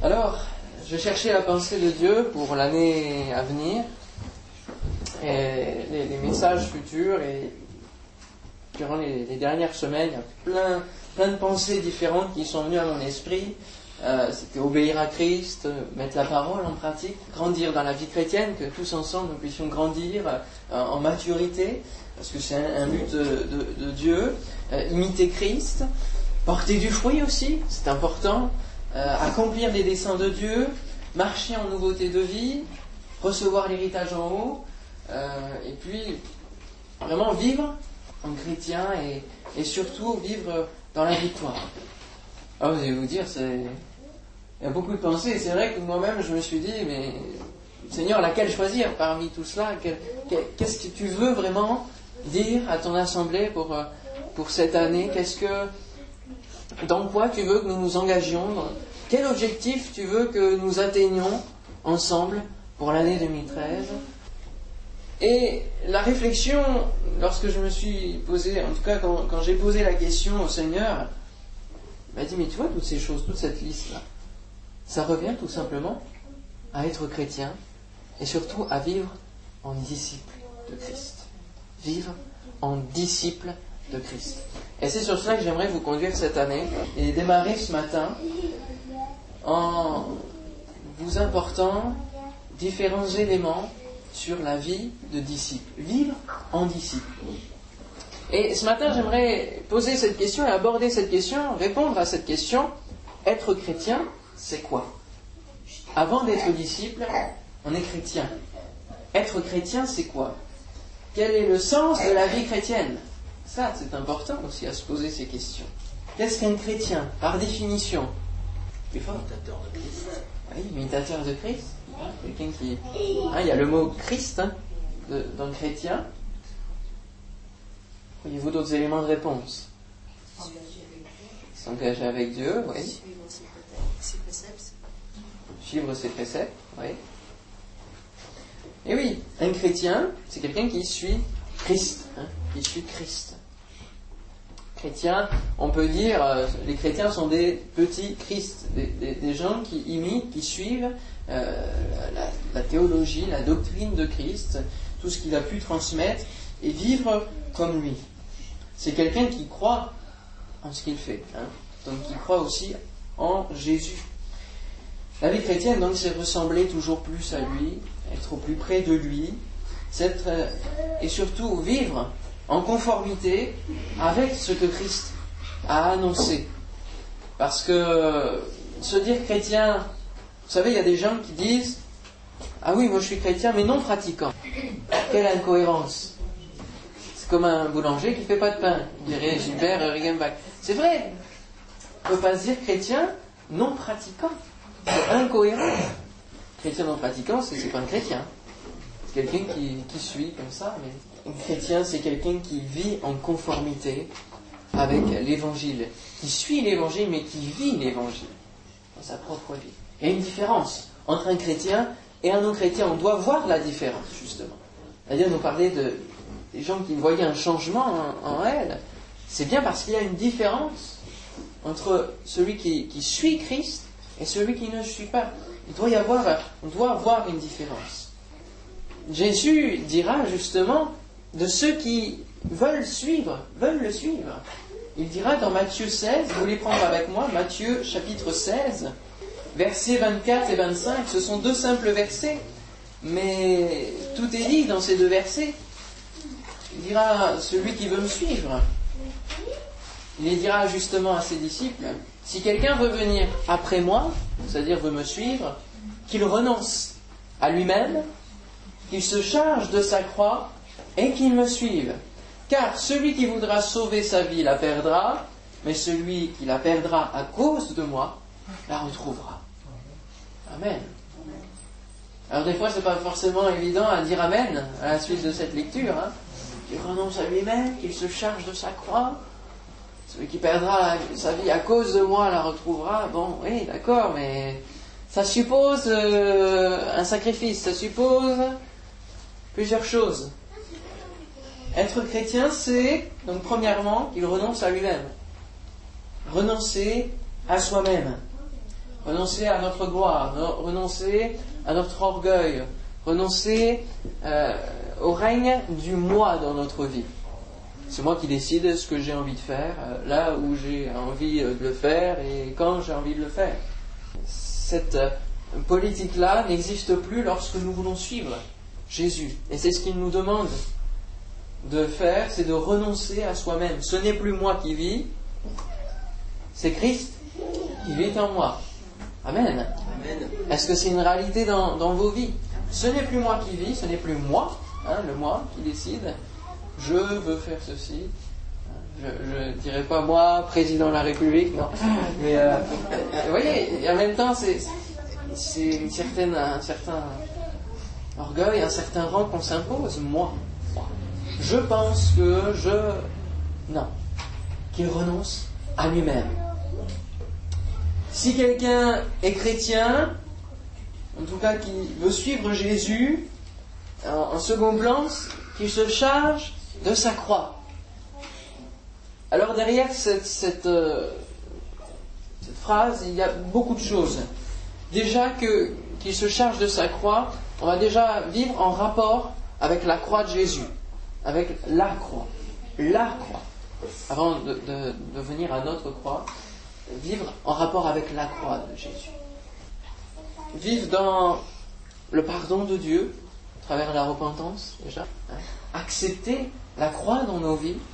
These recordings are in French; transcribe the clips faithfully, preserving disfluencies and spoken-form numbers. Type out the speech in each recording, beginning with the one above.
Alors, je cherchais la pensée de Dieu pour l'année à venir, et les, les messages futurs, et durant les, les dernières semaines, il y a plein, plein de pensées différentes qui sont venues à mon esprit. Euh, c'était obéir à Christ, mettre la parole en pratique, grandir dans la vie chrétienne, que tous ensemble nous puissions grandir euh, en maturité, parce que c'est un, un but de, de, de Dieu, euh, imiter Christ, porter du fruit aussi, c'est important, euh, accomplir les desseins de Dieu, marcher en nouveauté de vie, recevoir l'héritage en haut, euh, et puis vraiment vivre en chrétien et, et surtout vivre dans la victoire. Ah, vous allez vous dire, c'est... il y a beaucoup de pensées, et c'est vrai que moi-même je me suis dit, mais Seigneur, laquelle choisir parmi tout cela? Qu'est-ce que tu veux vraiment dire à ton assemblée pour, pour cette année? Qu'est-ce que, dans quoi tu veux que nous nous engagions? Quel objectif tu veux que nous atteignions ensemble pour l'année deux mille treize? Et la réflexion, lorsque je me suis posé, en tout cas quand, quand j'ai posé la question au Seigneur, il m'a dit, mais tu vois toutes ces choses, toute cette liste-là, ça revient tout simplement à être chrétien et surtout à vivre en disciple de Christ. Vivre en disciple de Christ. Et c'est sur cela que j'aimerais vous conduire cette année et démarrer ce matin en vous apportant différents éléments sur la vie de disciple. Vivre en disciple. Et ce matin, j'aimerais poser cette question et aborder cette question, répondre à cette question. Être chrétien, c'est quoi? Avant d'être disciple, on est chrétien. Être chrétien, c'est quoi? Quel est le sens de la vie chrétienne? Ça, c'est important aussi à se poser ces questions. Qu'est-ce qu'un chrétien, par définition? Imitateur de Christ. Oui, imitateur de Christ. Quelqu'un qui... Ah, il y a le mot Christ hein, de, dans le chrétien. Voyez-vous d'autres éléments de réponse? S'engager avec Dieu, oui. Suivre ses préceptes. Suivre ses préceptes, oui. Et oui, un chrétien, c'est quelqu'un qui suit Christ, hein, qui suit Christ. Chrétien, on peut dire, euh, les chrétiens sont des petits Christ, des, des, des gens qui imitent, qui suivent euh, la, la théologie, la doctrine de Christ, tout ce qu'il a pu transmettre, et vivre comme lui. C'est quelqu'un qui croit en ce qu'il fait, hein, donc qui croit aussi en Jésus. La vie chrétienne, donc, c'est ressembler toujours plus à lui, être au plus près de lui, c'est euh, et surtout vivre en conformité avec ce que Christ a annoncé. Parce que se dire chrétien, vous savez, il y a des gens qui disent « Ah oui, moi je suis chrétien, mais non pratiquant. » Quelle incohérence! C'est comme un boulanger qui ne fait pas de pain, dirait Gilbert Regenbach. C'est vrai, on ne peut pas se dire chrétien non pratiquant. C'est incohérent. Chrétien non pratiquant, c'est, c'est pas un chrétien. C'est quelqu'un qui, qui suit comme ça, mais un chrétien, c'est quelqu'un qui vit en conformité avec l'évangile, qui suit l'évangile, mais qui vit l'évangile dans sa propre vie. Il y a une différence entre un chrétien et un non-chrétien. On doit voir la différence, justement. C'est-à-dire, nous parler de, des gens qui voyaient un changement en, en elle. C'est bien parce qu'il y a une différence entre celui qui, qui suit Christ et celui qui ne le suit pas. Il doit y avoir, on doit avoir une différence. Jésus dira justement de ceux qui veulent suivre, veulent le suivre. Il dira dans Matthieu seize, vous voulez prendre avec moi, Matthieu chapitre seize, versets vingt-quatre et vingt-cinq, ce sont deux simples versets, mais tout est dit dans ces deux versets. Il dira, celui qui veut me suivre, il dira justement à ses disciples, si quelqu'un veut venir après moi, c'est-à-dire veut me suivre, qu'il renonce à lui-même, qu'il se charge de sa croix et qu'il me suive. Car celui qui voudra sauver sa vie la perdra, mais celui qui la perdra à cause de moi la retrouvera. Amen. Alors des fois, c'est pas forcément évident à dire Amen à la suite de cette lecture. Hein. Qu'il renonce à lui-même, qu'il se charge de sa croix. Celui qui perdra la, sa vie à cause de moi la retrouvera. Bon, oui, d'accord, mais ça suppose euh, un sacrifice, ça suppose plusieurs choses. Être chrétien, c'est, donc premièrement, qu'il renonce à lui-même. Renoncer à soi-même. renoncer à notre gloire, renoncer à notre orgueil, renoncer euh, au règne du moi dans notre vie. C'est moi qui décide ce que j'ai envie de faire, euh, là où j'ai envie de le faire et quand j'ai envie de le faire. Cette euh, politique-là n'existe plus lorsque nous voulons suivre Jésus. Et c'est ce qu'il nous demande de faire, c'est de renoncer à soi-même. Ce n'est plus moi qui vis, c'est Christ qui vit en moi. Amen. Amen. Est-ce que c'est une réalité dans, dans vos vies? Ce n'est plus moi qui vis, ce n'est plus moi, hein, le moi qui décide. Je veux faire ceci. Je ne dirais pas moi, président de la République, non. Mais euh, vous voyez, en même temps, c'est, c'est une certaine, un certain orgueil, un certain rang qu'on s'impose. Moi, moi. Je pense que je... Non. Qu'il renonce à lui-même. Si quelqu'un est chrétien, en tout cas qui veut suivre Jésus, en, en second plan, qu'il se charge de sa croix. Alors derrière cette, cette, euh, cette phrase, il y a beaucoup de choses. Déjà que, qu'il se charge de sa croix, on va déjà vivre en rapport avec la croix de Jésus, avec la croix, la croix. Avant de, de, de venir à notre croix, vivre en rapport avec la croix de Jésus. Vivre dans le pardon de Dieu, à travers la repentance, déjà. Hein. Accepter la croix dans nos vies.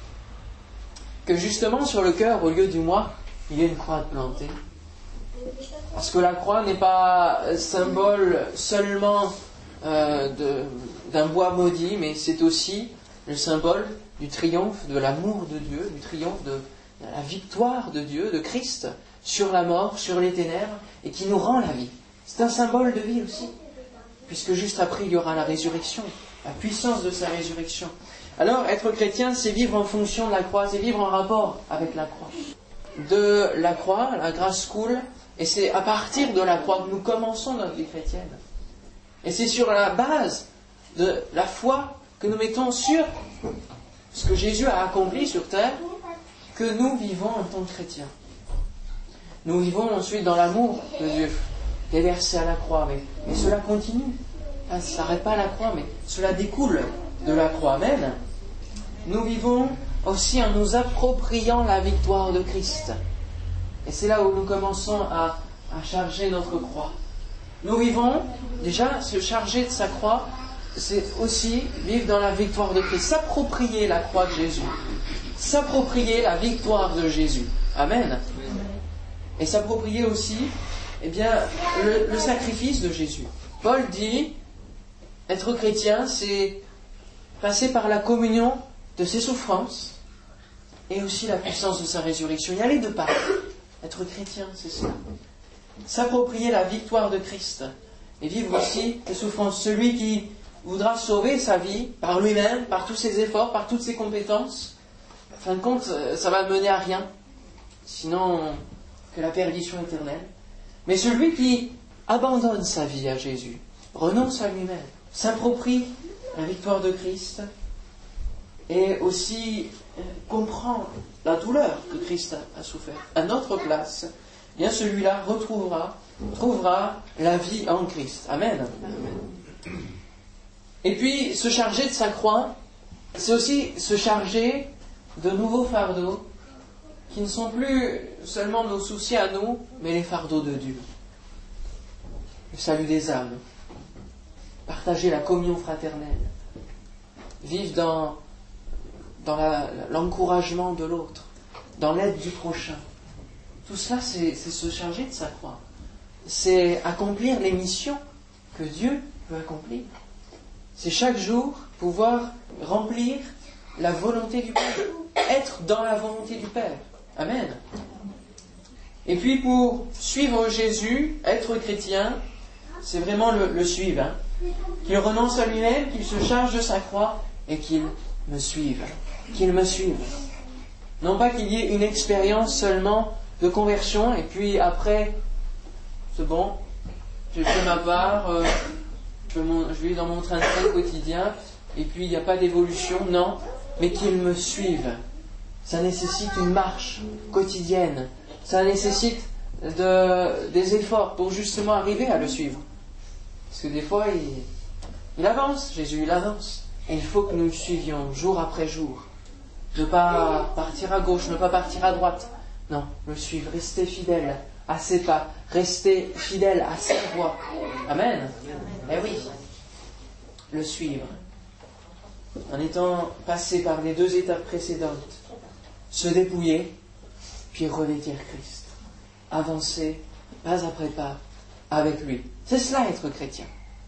Que justement, sur le cœur, au lieu du moi, il y a une croix plantée. Parce que la croix n'est pas symbole seulement euh, de, d'un bois maudit, mais c'est aussi le symbole du triomphe de l'amour de Dieu, du triomphe de la victoire de Dieu, de Christ, sur la mort, sur les ténèbres, et qui nous rend la vie. C'est un symbole de vie aussi, puisque juste après, il y aura la résurrection, la puissance de sa résurrection. Alors, être chrétien, c'est vivre en fonction de la croix, c'est vivre en rapport avec la croix. De la croix, la grâce coule, et c'est à partir de la croix que nous commençons notre vie chrétienne. Et c'est sur la base de la foi que nous mettons sur ce que Jésus a accompli sur terre, que nous vivons en tant que chrétiens. Nous vivons ensuite dans l'amour de Dieu, déversé à la croix, mais, mais cela continue. Ça ne s'arrête pas à la croix, mais cela découle de la croix. Amen. Nous vivons aussi en nous appropriant la victoire de Christ. Et c'est là où nous commençons à, à charger notre croix. Nous vivons, déjà, se charger de sa croix, c'est aussi vivre dans la victoire de Christ. S'approprier la croix de Jésus. S'approprier la victoire de Jésus. Amen. Et s'approprier aussi, eh bien, le, le sacrifice de Jésus. Paul dit, être chrétien, c'est passer par la communion de ses souffrances et aussi la puissance de sa résurrection. Il y a les deux parts. Être chrétien, c'est cela. S'approprier la victoire de Christ et vivre aussi les souffrances. Celui qui voudra sauver sa vie par lui-même, par tous ses efforts, par toutes ses compétences, en fin de compte, ça va mener à rien, sinon que la perdition éternelle. Mais celui qui abandonne sa vie à Jésus, renonce à lui-même, s'approprie la victoire de Christ et aussi comprend la douleur que Christ a souffert à notre place, eh bien celui-là retrouvera, trouvera la vie en Christ. Amen. Amen. Et puis, se charger de sa croix, c'est aussi se charger de nouveaux fardeaux qui ne sont plus seulement nos soucis à nous, mais les fardeaux de Dieu. Le salut des âmes, partager la communion fraternelle, vivre dans, dans la, l'encouragement de l'autre, dans l'aide du prochain. Tout cela, c'est, c'est se charger de sa croix. C'est accomplir les missions que Dieu veut accomplir. C'est chaque jour pouvoir remplir la volonté du Père, être dans la volonté du Père. Amen. Et puis pour suivre Jésus, être chrétien, c'est vraiment le, le suivre. Hein. Qu'il renonce à lui-même, qu'il se charge de sa croix et qu'il me suive. Qu'il me suive. Non pas qu'il y ait une expérience seulement de conversion et puis après, c'est bon, j'ai fait ma part, euh, je, je vis dans mon train-train quotidien et puis il n'y a pas d'évolution. Non, mais qu'il me suive. Ça nécessite une marche quotidienne. Ça nécessite de, des efforts pour justement arriver à le suivre. Parce que des fois, il, il avance, Jésus, il avance. Et il faut que nous le suivions jour après jour. Ne pas partir à gauche, ne pas partir à droite. Non, le suivre, rester fidèle à ses pas, rester fidèle à sa voix. Amen. Eh oui, le suivre. En étant passé par les deux étapes précédentes, se dépouiller, puis revêtir Christ. Avancer, pas après pas, avec lui. C'est cela être chrétien.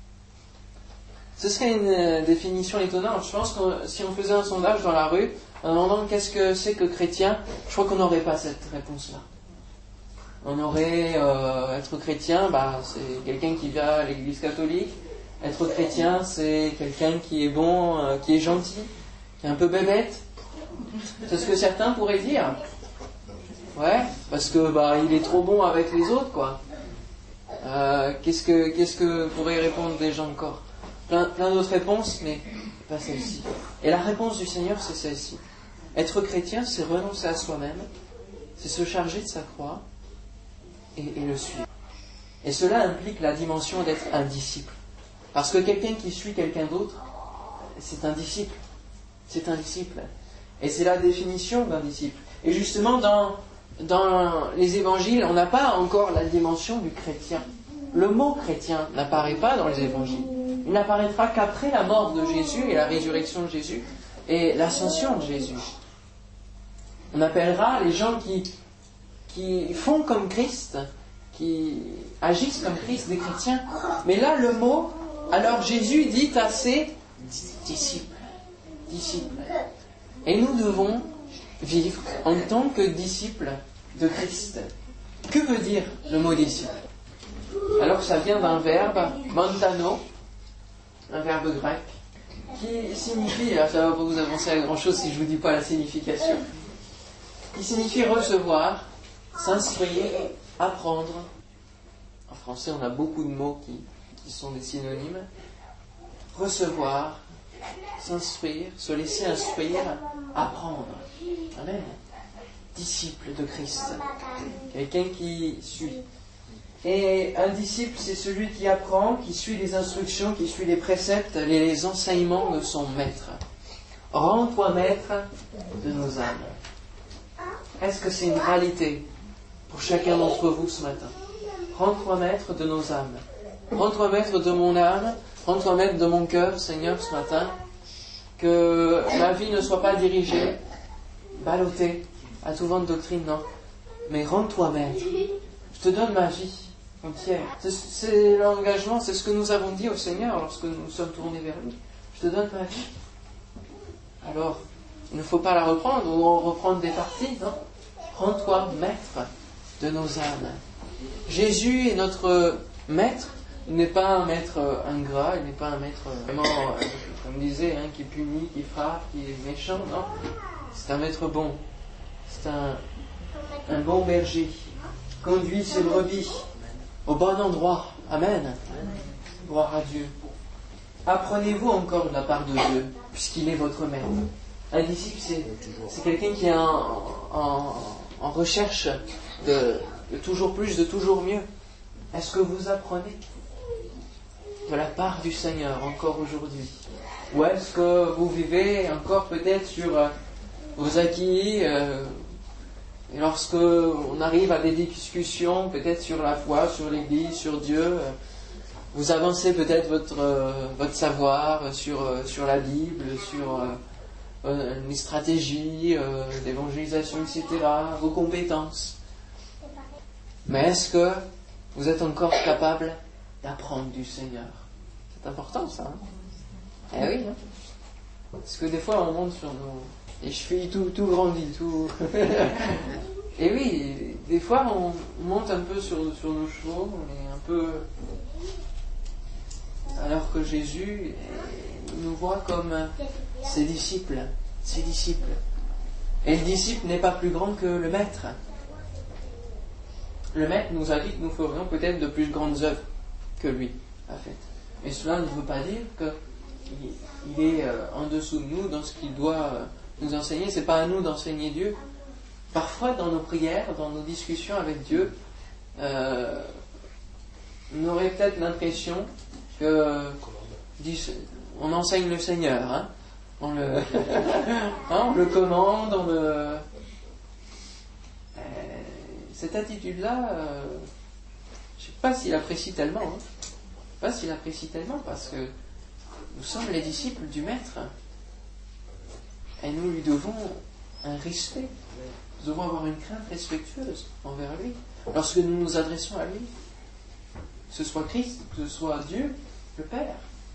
Ce serait une définition étonnante. Je pense que si on faisait un sondage dans la rue, en demandant qu'est-ce que c'est que chrétien, je crois qu'on n'aurait pas cette réponse-là. On aurait euh, être chrétien, bah, c'est quelqu'un qui va à l'église catholique. Être chrétien, c'est quelqu'un qui est bon, euh, qui est gentil, qui est un peu bébête. C'est ce que certains pourraient dire. Ouais, parce que bah il est trop bon avec les autres, quoi. Euh, qu'est-ce que qu'est-ce que pourraient répondre des gens encore? Plein, plein d'autres réponses, mais pas celle-ci. Et la réponse du Seigneur, c'est celle-ci. Être chrétien, c'est renoncer à soi-même, c'est se charger de sa croix et, et le suivre. Et cela implique la dimension d'être un disciple. Parce que quelqu'un qui suit quelqu'un d'autre, c'est un disciple. C'est un disciple. Et c'est la définition d'un disciple. Et justement, dans, dans les évangiles, on n'a pas encore la dimension du chrétien. Le mot chrétien n'apparaît pas dans les évangiles. Il n'apparaîtra qu'après la mort de Jésus et la résurrection de Jésus et l'ascension de Jésus. On appellera les gens qui, qui font comme Christ, qui agissent comme Christ, des chrétiens. Mais là, le mot, alors Jésus dit à ses disciples. Disciples. Et nous devons vivre en tant que disciples de Christ. Que veut dire le mot disciple? Alors ça vient d'un verbe, mantano, un verbe grec, qui signifie, alors ça va pas vous avancer à grand chose si je vous dis pas la signification, qui signifie recevoir, s'instruire, apprendre. En français on a beaucoup de mots qui, qui sont des synonymes. Recevoir, s'instruire, se laisser instruire, apprendre. Amen. Disciple de Christ. Quelqu'un qui suit. Et un disciple, c'est celui qui apprend, qui suit les instructions, qui suit les préceptes, les enseignements de son maître. Rends-toi maître de nos âmes. Est-ce que c'est une réalité pour chacun d'entre vous ce matin? Rends-toi maître de nos âmes. Rends-toi maître de mon âme. Rends-toi maître de mon cœur, Seigneur, ce matin. Que ma vie ne soit pas dirigée, ballottée, à tout vent de doctrine, non. Mais rends-toi maître. Je te donne ma vie entière. C'est, c'est l'engagement, c'est ce que nous avons dit au Seigneur lorsque nous nous sommes tournés vers lui. Je te donne ma vie. Alors, il ne faut pas la reprendre ou en reprendre des parties, non. Rends-toi maître de nos âmes. Jésus est notre maître. Il n'est pas un maître ingrat, il n'est pas un maître vraiment, comme disait, hein, qui punit, qui frappe, qui est méchant, non. C'est un maître bon. C'est un, un bon berger. Conduit ses brebis au bon endroit. Amen. Gloire à Dieu. Apprenez-vous encore de la part de Dieu, puisqu'il est votre maître. Un disciple, c'est, c'est quelqu'un qui est en, en, en recherche de, de toujours plus, de toujours mieux. Est-ce que vous apprenez de la part du Seigneur encore aujourd'hui? Ou est-ce que vous vivez encore peut-être sur euh, vos acquis euh, et lorsque on arrive à des discussions peut-être sur la foi, sur l'Église, sur Dieu, euh, vous avancez peut-être votre, euh, votre savoir sur, euh, sur la Bible, sur euh, euh, les stratégies euh, d'évangélisation, et cetera, vos compétences. Mais est-ce que vous êtes encore capable d'apprendre du Seigneur? C'est important ça. Hein? Eh oui. Hein? Parce que des fois on monte sur nos... les chevilles tout, tout grandit, tout... Et oui, des fois on monte un peu sur, sur nos chevaux, on est un peu... Alors que Jésus nous voit comme ses disciples. Ses disciples. Et le disciple n'est pas plus grand que le maître. Le maître nous a dit que nous ferions peut-être de plus grandes œuvres que lui a faites. Mais cela ne veut pas dire qu'il est en dessous de nous dans ce qu'il doit nous enseigner. Ce n'est pas à nous d'enseigner Dieu. Parfois, dans nos prières, dans nos discussions avec Dieu, euh, on aurait peut-être l'impression que on enseigne le Seigneur, hein, on, le, hein, on le commande, on le... Euh, cette attitude-là, euh, je ne sais pas s'il apprécie tellement, hein, je ne sais pas s'il apprécie tellement, parce que nous sommes les disciples du Maître, et nous lui devons un respect, nous devons avoir une crainte respectueuse envers lui, lorsque nous nous adressons à lui, que ce soit Christ, que ce soit Dieu, le Père.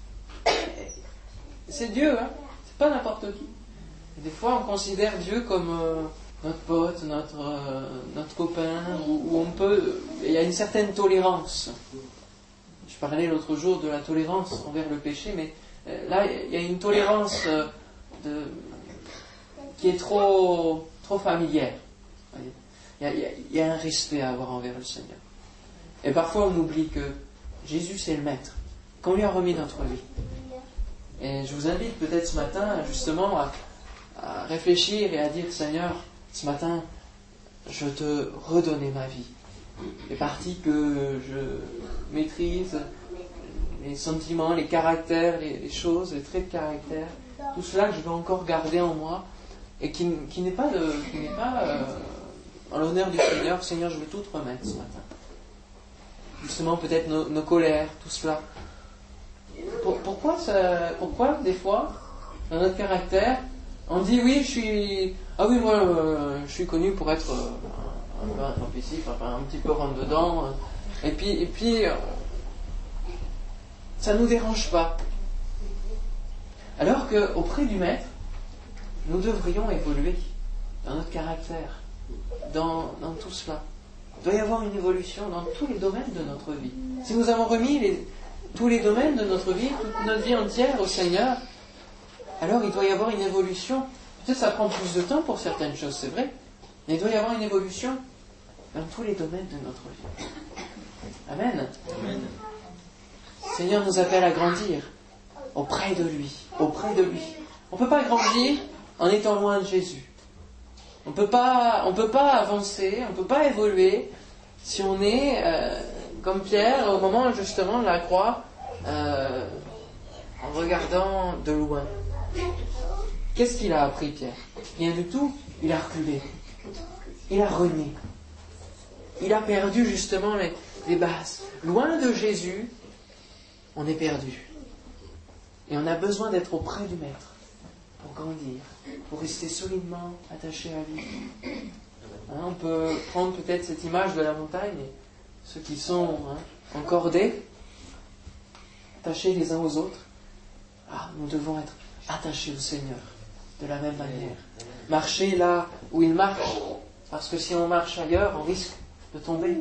C'est Dieu, hein, c'est pas n'importe qui. Et des fois, on considère Dieu comme euh, notre pote, notre, euh, notre copain, où, où on peut... Il y a une certaine tolérance. Je parlais l'autre jour de la tolérance envers le péché, mais euh, là, il y a une tolérance euh, de, qui est trop, trop familière. Il y, a, il, y a, il y a un respect à avoir envers le Seigneur. Et parfois, on oublie que Jésus, c'est le Maître, qu'on lui a remis notre vie. Et je vous invite peut-être ce matin, justement, à, à réfléchir et à dire, Seigneur, ce matin, je te redonnais ma vie. Les parties que je maîtrise, les sentiments, les caractères, les, les choses, les traits de caractère, tout cela que je veux encore garder en moi, et qui, qui n'est pas, de, qui n'est pas euh, en l'honneur du Seigneur. Seigneur, je veux tout te remettre ce matin. Justement, peut-être nos, nos colères, tout cela. Pour, pourquoi, ça, pourquoi, des fois, dans notre caractère, on dit oui, je suis. Ah oui, moi, euh, je suis connu pour être euh, un peu intempestif, enfin, un petit peu rentre dedans. Euh, et puis, et puis euh, ça ne nous dérange pas. Alors qu'auprès du Maître, nous devrions évoluer dans notre caractère, dans, dans tout cela. Il doit y avoir une évolution dans tous les domaines de notre vie. Si nous avons remis les, tous les domaines de notre vie, toute notre vie entière au Seigneur, alors il doit y avoir une évolution. Peut-être que ça prend plus de temps pour certaines choses, c'est vrai, mais il doit y avoir une évolution dans tous les domaines de notre vie. Amen. Amen. Le Seigneur nous appelle à grandir auprès de lui, auprès de lui. On ne peut pas grandir en étant loin de Jésus. On peut pas, on peut pas avancer, on ne peut pas évoluer si on est euh, comme Pierre au moment justement de la croix, euh, en regardant de loin. Qu'est-ce qu'il a appris, Pierre? Rien du tout. Il a reculé. Il a renié. Il a perdu justement les, les bases. Loin de Jésus, on est perdu. Et on a besoin d'être auprès du Maître pour grandir, pour rester solidement attaché à lui. Hein, on peut prendre peut-être cette image de la montagne, et ceux qui sont hein, encordés, attachés les uns aux autres. Ah, nous devons être attachés au Seigneur de la même manière. Marcher là où il marche, parce que si on marche ailleurs, on risque de tomber.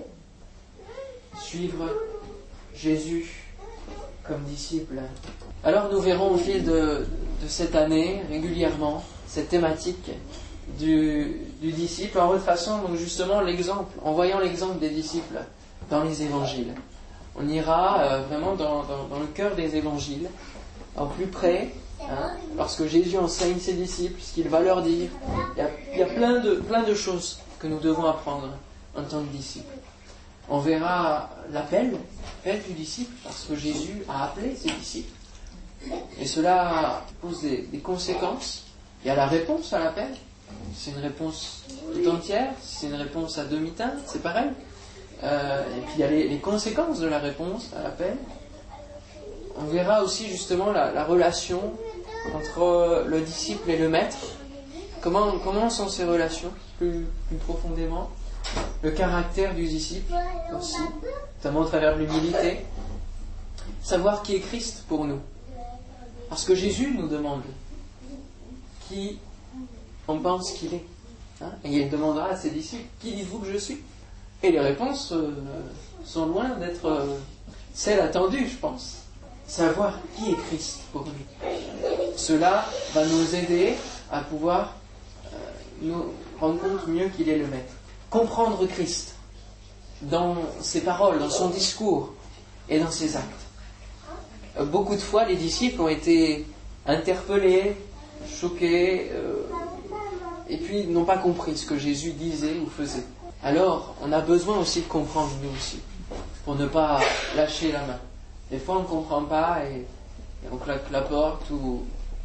Suivre Jésus comme disciple. Alors nous verrons au fil de, de cette année, régulièrement, cette thématique du, du disciple, en retraçant donc justement l'exemple, en voyant l'exemple des disciples dans les évangiles. On ira euh, vraiment dans, dans, dans le cœur des évangiles, au plus près, hein, lorsque Jésus enseigne ses disciples, ce qu'il va leur dire. Il y a, il y a plein, de, plein de choses que nous devons apprendre en tant que disciples. On verra l'appel, l'appel du disciple, parce que Jésus a appelé ses disciples. Et cela pose des, des conséquences. Il y a la réponse à l'appel. C'est une réponse tout entière, c'est une réponse à demi-teinte, c'est pareil. Euh, et puis il y a les, les conséquences de la réponse à l'appel. On verra aussi justement la, la relation entre le disciple et le maître. Comment, comment sont ces relations plus, plus profondément? Le caractère du disciple aussi, notamment au travers de l'humilité. Savoir qui est Christ pour nous. Parce que Jésus nous demande qui on pense qu'il est. Hein? Et il demandera à ses disciples, qui dites-vous que je suis? Et les réponses euh, sont loin d'être euh, celles attendues, je pense. Savoir qui est Christ pour lui. Cela va nous aider à pouvoir euh, nous rendre compte mieux qu'il est le Maître. Comprendre Christ dans ses paroles, dans son discours et dans ses actes. Euh, beaucoup de fois, les disciples ont été interpellés, choqués, euh, et puis n'ont pas compris ce que Jésus disait ou faisait. alors on a besoin aussi de comprendre nous aussi, pour ne pas lâcher la main. Des fois on ne comprend pas et, et on claque la porte ou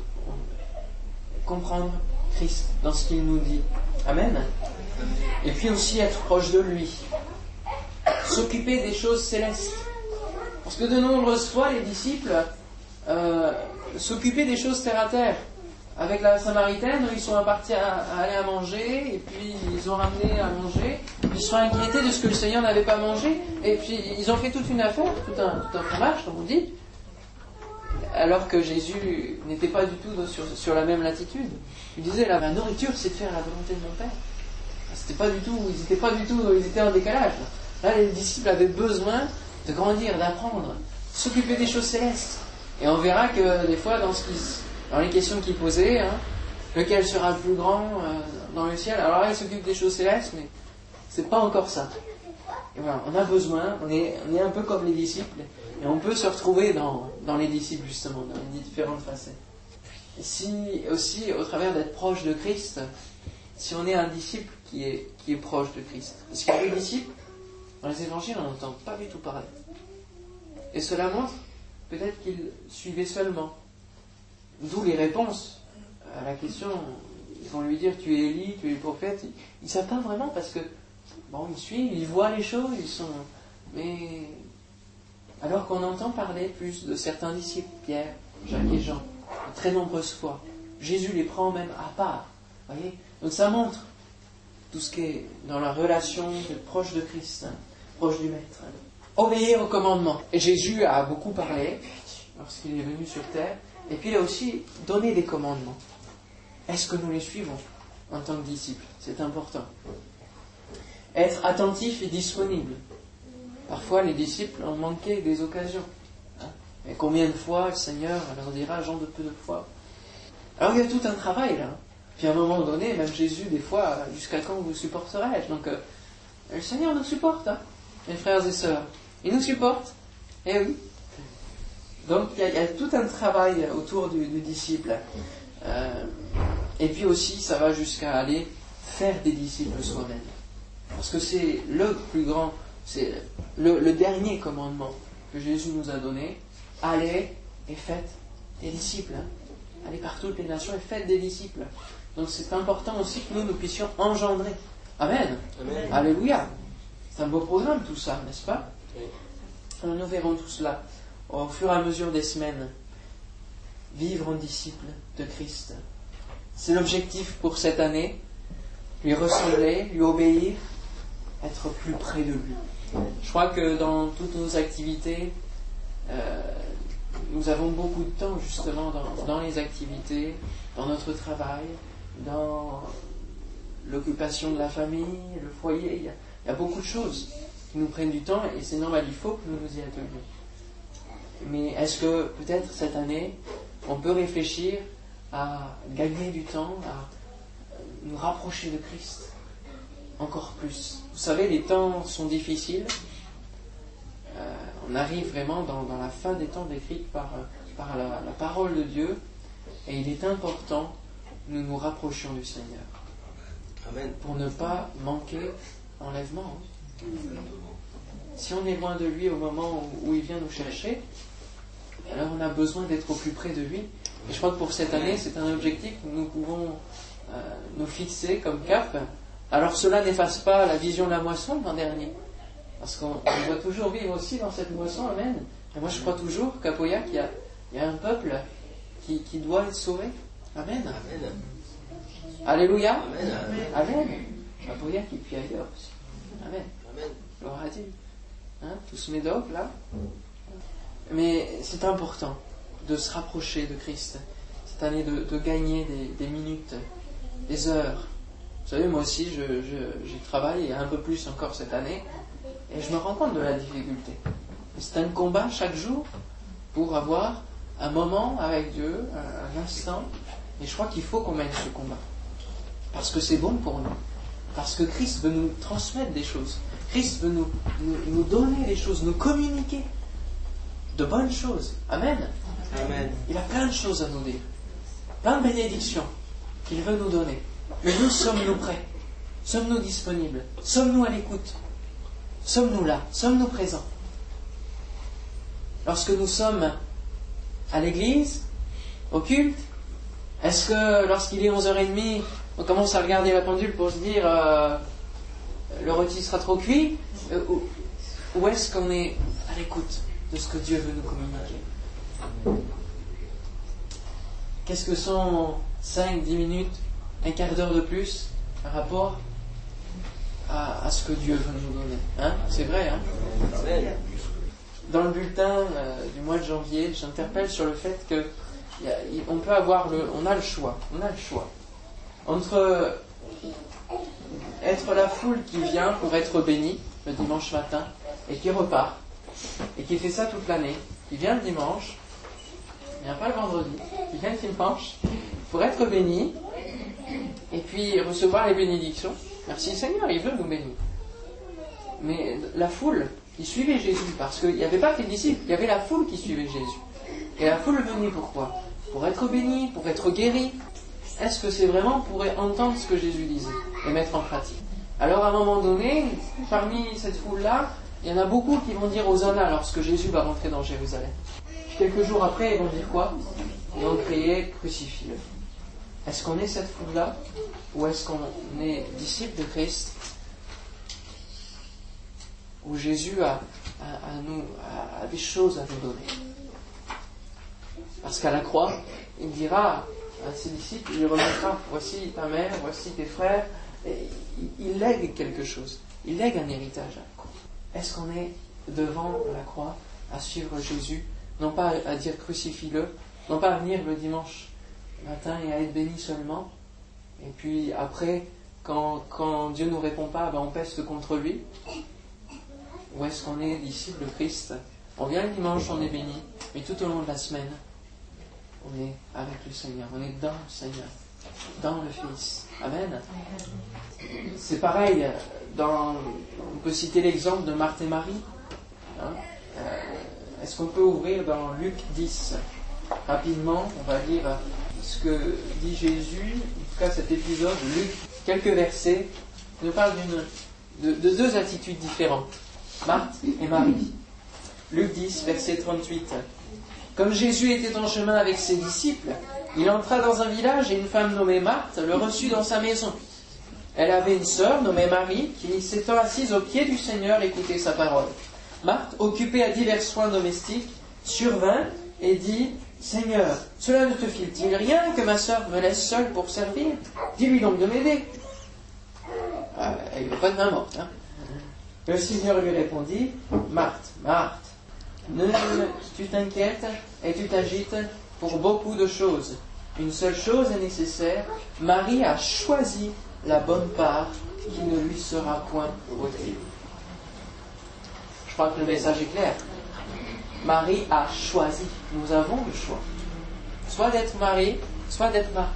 on... comprendre Christ dans ce qu'il nous dit. Amen. Et puis aussi être proche de lui. S'occuper des choses célestes. Parce que de nombreuses fois, les disciples euh, s'occupaient des choses terre à terre. Avec la Samaritaine, ils sont partis à, à aller à manger, et puis ils ont ramené à manger. Ils se sont inquiétés de ce que le Seigneur n'avait pas mangé, et puis ils ont fait toute une affaire, tout un, tout un fromage, comme on dit, alors que Jésus n'était pas du tout sur, sur la même latitude. Il disait, la, la nourriture, c'est de faire la volonté de mon Père. C'était pas du tout, ils n'étaient pas du tout, ils étaient en décalage. Là, les disciples avaient besoin de grandir, d'apprendre, s'occuper des choses célestes. Et on verra que des fois, dans, ce qui, dans les questions qu'ils posaient, hein, lequel sera le plus grand euh, dans le ciel. Alors là, ils s'occupent des choses célestes, mais c'est pas encore ça. Et voilà, on a besoin, on est, on est un peu comme les disciples, et on peut se retrouver dans, dans les disciples justement, dans les différentes facettes. Et si aussi, au travers d'être proche de Christ, si on est un disciple qui est, qui est proche de Christ. Parce qu'il y a des disciples, dans les évangiles, on n'entend pas du tout parler. Et cela montre peut-être qu'ils suivaient seulement. D'où les réponses à la question. Ils vont lui dire, tu es Élie, tu es le prophète. Ils ne savent pas vraiment parce que, bon, ils suivent, ils voient les choses, ils sont... Mais... Alors qu'on entend parler plus de certains disciples, Pierre, Jacques et Jean, de très nombreuses fois. Jésus les prend même à part. Voyez ? Donc ça montre tout ce qui est dans la relation d'être proche de Christ, hein, proche du Maître. Hein. Obéir aux commandements. Et Jésus a beaucoup parlé lorsqu'il est venu sur terre. Et puis il a aussi donné des commandements. Est-ce que nous les suivons en tant que disciples ? C'est important. Être attentif et disponible. Parfois les disciples ont manqué des occasions. Hein. Et combien de fois le Seigneur leur dira, gens de peu de foi. Alors il y a tout un travail là. Puis à un moment donné, même Jésus, des fois, jusqu'à quand vous supporterai-je ? Donc, euh, le Seigneur nous supporte, hein, mes frères et sœurs. Il nous supporte. Eh oui. Donc, il y, y a tout un travail autour du, du disciple. Euh, et puis aussi, ça va jusqu'à aller faire des disciples soi-même. Parce que c'est le plus grand, c'est le, le dernier commandement que Jésus nous a donné. Allez et faites des disciples. Hein. Allez par toutes les nations et faites des disciples. Donc c'est important aussi que nous, nous puissions engendrer. Amen. Amen. Alléluia. C'est un beau programme tout ça, n'est-ce pas ? Oui. Alors, nous verrons tout cela au fur et à mesure des semaines. Vivre en disciple de Christ. C'est l'objectif pour cette année. Lui ressembler, lui obéir, être plus près de lui. Je crois que dans toutes nos activités, euh, nous avons beaucoup de temps justement dans, dans les activités, dans notre travail, dans l'occupation de la famille, le foyer. Il y a, il y a beaucoup de choses qui nous prennent du temps et c'est normal, il faut que nous nous y attelions. Mais est-ce que peut-être cette année, on peut réfléchir à gagner du temps, à nous rapprocher de Christ encore plus ? Vous savez, les temps sont difficiles. Euh, on arrive vraiment dans, dans la fin des temps décrite par, par la, la parole de Dieu et il est important que nous nous rapprochions du Seigneur. Amen. Pour ne pas manquer enlèvement. Si on est loin de lui au moment où, où il vient nous chercher, alors on a besoin d'être au plus près de lui. Et je crois que pour cette année, c'est un objectif que nous pouvons euh, nous fixer comme cap. Alors cela n'efface pas la vision de la moisson l'an dernier. Parce qu'on doit toujours vivre aussi dans cette moisson, amen. Et moi je crois toujours qu'à Pauillac, il y a, il y a un peuple qui, qui doit être sauvé. Amen. Amen. Alléluia. Amen. Amen. À Pauillac et puis ailleurs aussi. Amen. Amen. Gloire à Dieu. Hein, tout ce médoc là. Mais c'est important de se rapprocher de Christ. Cette année de, de gagner des, des minutes, des heures. Vous savez, moi aussi, je, je, j'y travaille et un peu plus encore cette année. Et je me rends compte de la difficulté. C'est un combat chaque jour pour avoir un moment avec Dieu, un, un instant. Et je crois qu'il faut qu'on mène ce combat. Parce que c'est bon pour nous. Parce que Christ veut nous transmettre des choses. Christ veut nous, nous, nous donner des choses, nous communiquer de bonnes choses. Amen. Amen. Il a plein de choses à nous dire. Plein de bénédictions qu'il veut nous donner. Mais nous sommes-nous prêts ? Sommes-nous disponibles? Sommes-nous à l'écoute? Sommes-nous là? Sommes-nous présents? Lorsque nous sommes à l'église, au culte, est-ce que lorsqu'il est onze heures trente, on commence à regarder la pendule pour se dire euh, le rôti sera trop cuit, euh, ou, ou est-ce qu'on est à l'écoute de ce que Dieu veut nous communiquer? Qu'est-ce que sont cinq, dix minutes, un quart d'heure de plus par rapport à, à ce que Dieu veut nous donner, hein? C'est vrai, hein? Dans le bulletin euh, du mois de janvier, j'interpelle sur le fait que y a, y, on peut avoir le, on a le choix, on a le choix entre être la foule qui vient pour être bénie le dimanche matin et qui repart et qui fait ça toute l'année, qui vient le dimanche, il vient pas le vendredi, qui vient le dimanche pour être béni et puis recevoir les bénédictions. Merci Seigneur, il veut nous bénir. Mais la foule qui suivait Jésus, parce qu'il n'y avait pas que les disciples, il y avait la foule qui suivait Jésus. Et la foule venait pourquoi? Pour être bénie, pour être guérie. Est-ce que c'est vraiment pour entendre ce que Jésus disait et mettre en pratique? Alors à un moment donné, parmi cette foule-là, il y en a beaucoup qui vont dire Hosanna lorsque Jésus va rentrer dans Jérusalem. Puis quelques jours après, ils vont dire quoi? Ils vont crier crucifie-le. Est-ce qu'on est cette foule-là? Ou est-ce qu'on est disciple de Christ? Où Jésus a, a, a, nous, a, a des choses à nous donner. Parce qu'à la croix, il dira à ses disciples, il lui remettra, voici ta mère, voici tes frères, et il, il lègue quelque chose, il lègue un héritage à la croix. Est-ce qu'on est devant la croix à suivre Jésus, non pas à dire crucifie-le, non pas à venir le dimanche matin et à être béni seulement, et puis après, quand, quand Dieu ne nous répond pas, ben on peste contre lui? Ou est-ce qu'on est disciple de Christ? On vient le dimanche, on est béni, mais tout au long de la semaine, on est avec le Seigneur, on est dans le Seigneur, dans le Fils. Amen. C'est pareil, dans, on peut citer l'exemple de Marthe et Marie. Hein? Euh, est-ce qu'on peut ouvrir dans Luc dix? Rapidement, on va lire ce que dit Jésus, en tout cas cet épisode, Luc, quelques versets, qui nous parle d'une, de, de deux attitudes différentes. Marthe et Marie. Luc dix, verset trente-huit. Comme Jésus était en chemin avec ses disciples, il entra dans un village et une femme nommée Marthe le reçut dans sa maison. Elle avait une sœur nommée Marie qui, s'étant assise aux pieds du Seigneur, écoutait sa parole. Marthe, occupée à divers soins domestiques, survint et dit « Seigneur, cela ne te file-t-il rien que ma sœur me laisse seule pour servir? Dis-lui donc de m'aider. Ah, » il n'y a pas de main morte, hein. Le Seigneur lui répondit, Marthe, Marthe, ne, tu t'inquiètes et tu t'agites pour beaucoup de choses. Une seule chose est nécessaire. Marie a choisi la bonne part qui ne lui sera point ôtée. Je crois que le message est clair. Marie a choisi. Nous avons le choix. Soit d'être Marie, soit d'être Marthe.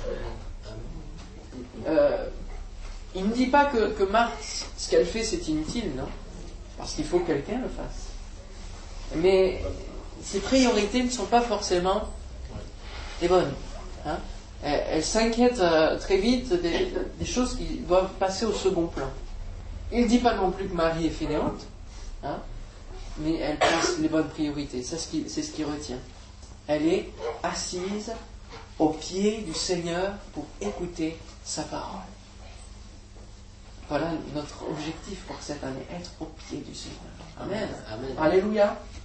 Euh, il ne dit pas que, que Marthe, ce qu'elle fait, c'est inutile, non? Parce qu'il faut que quelqu'un le fasse. Mais ses priorités ne sont pas forcément les bonnes. Hein? Elle, elle s'inquiète euh, très vite des, des choses qui doivent passer au second plan. Il ne dit pas non plus que Marie est fainéante, hein? Mais elle place les bonnes priorités. C'est ce qui, c'est ce qui retient. Elle est assise au pied du Seigneur pour écouter sa parole. Voilà notre objectif pour cette année, être au pied du Seigneur. Amen. Amen. Alléluia.